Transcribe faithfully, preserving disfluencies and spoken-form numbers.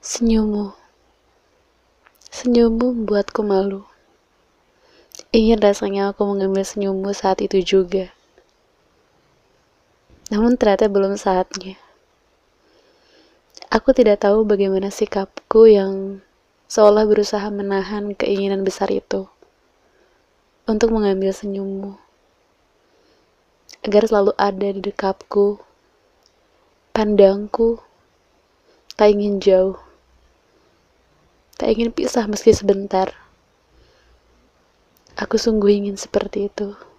Senyummu, senyummu membuatku malu. Ingin rasanya aku mengambil senyummu saat itu juga. Namun ternyata belum saatnya. Aku tidak tahu bagaimana sikapku yang seolah berusaha menahan keinginan besar itu untuk mengambil senyummu, agar selalu ada di dekapku, pandangku, tak ingin jauh, tak ingin pisah meski sebentar. Aku sungguh ingin seperti itu.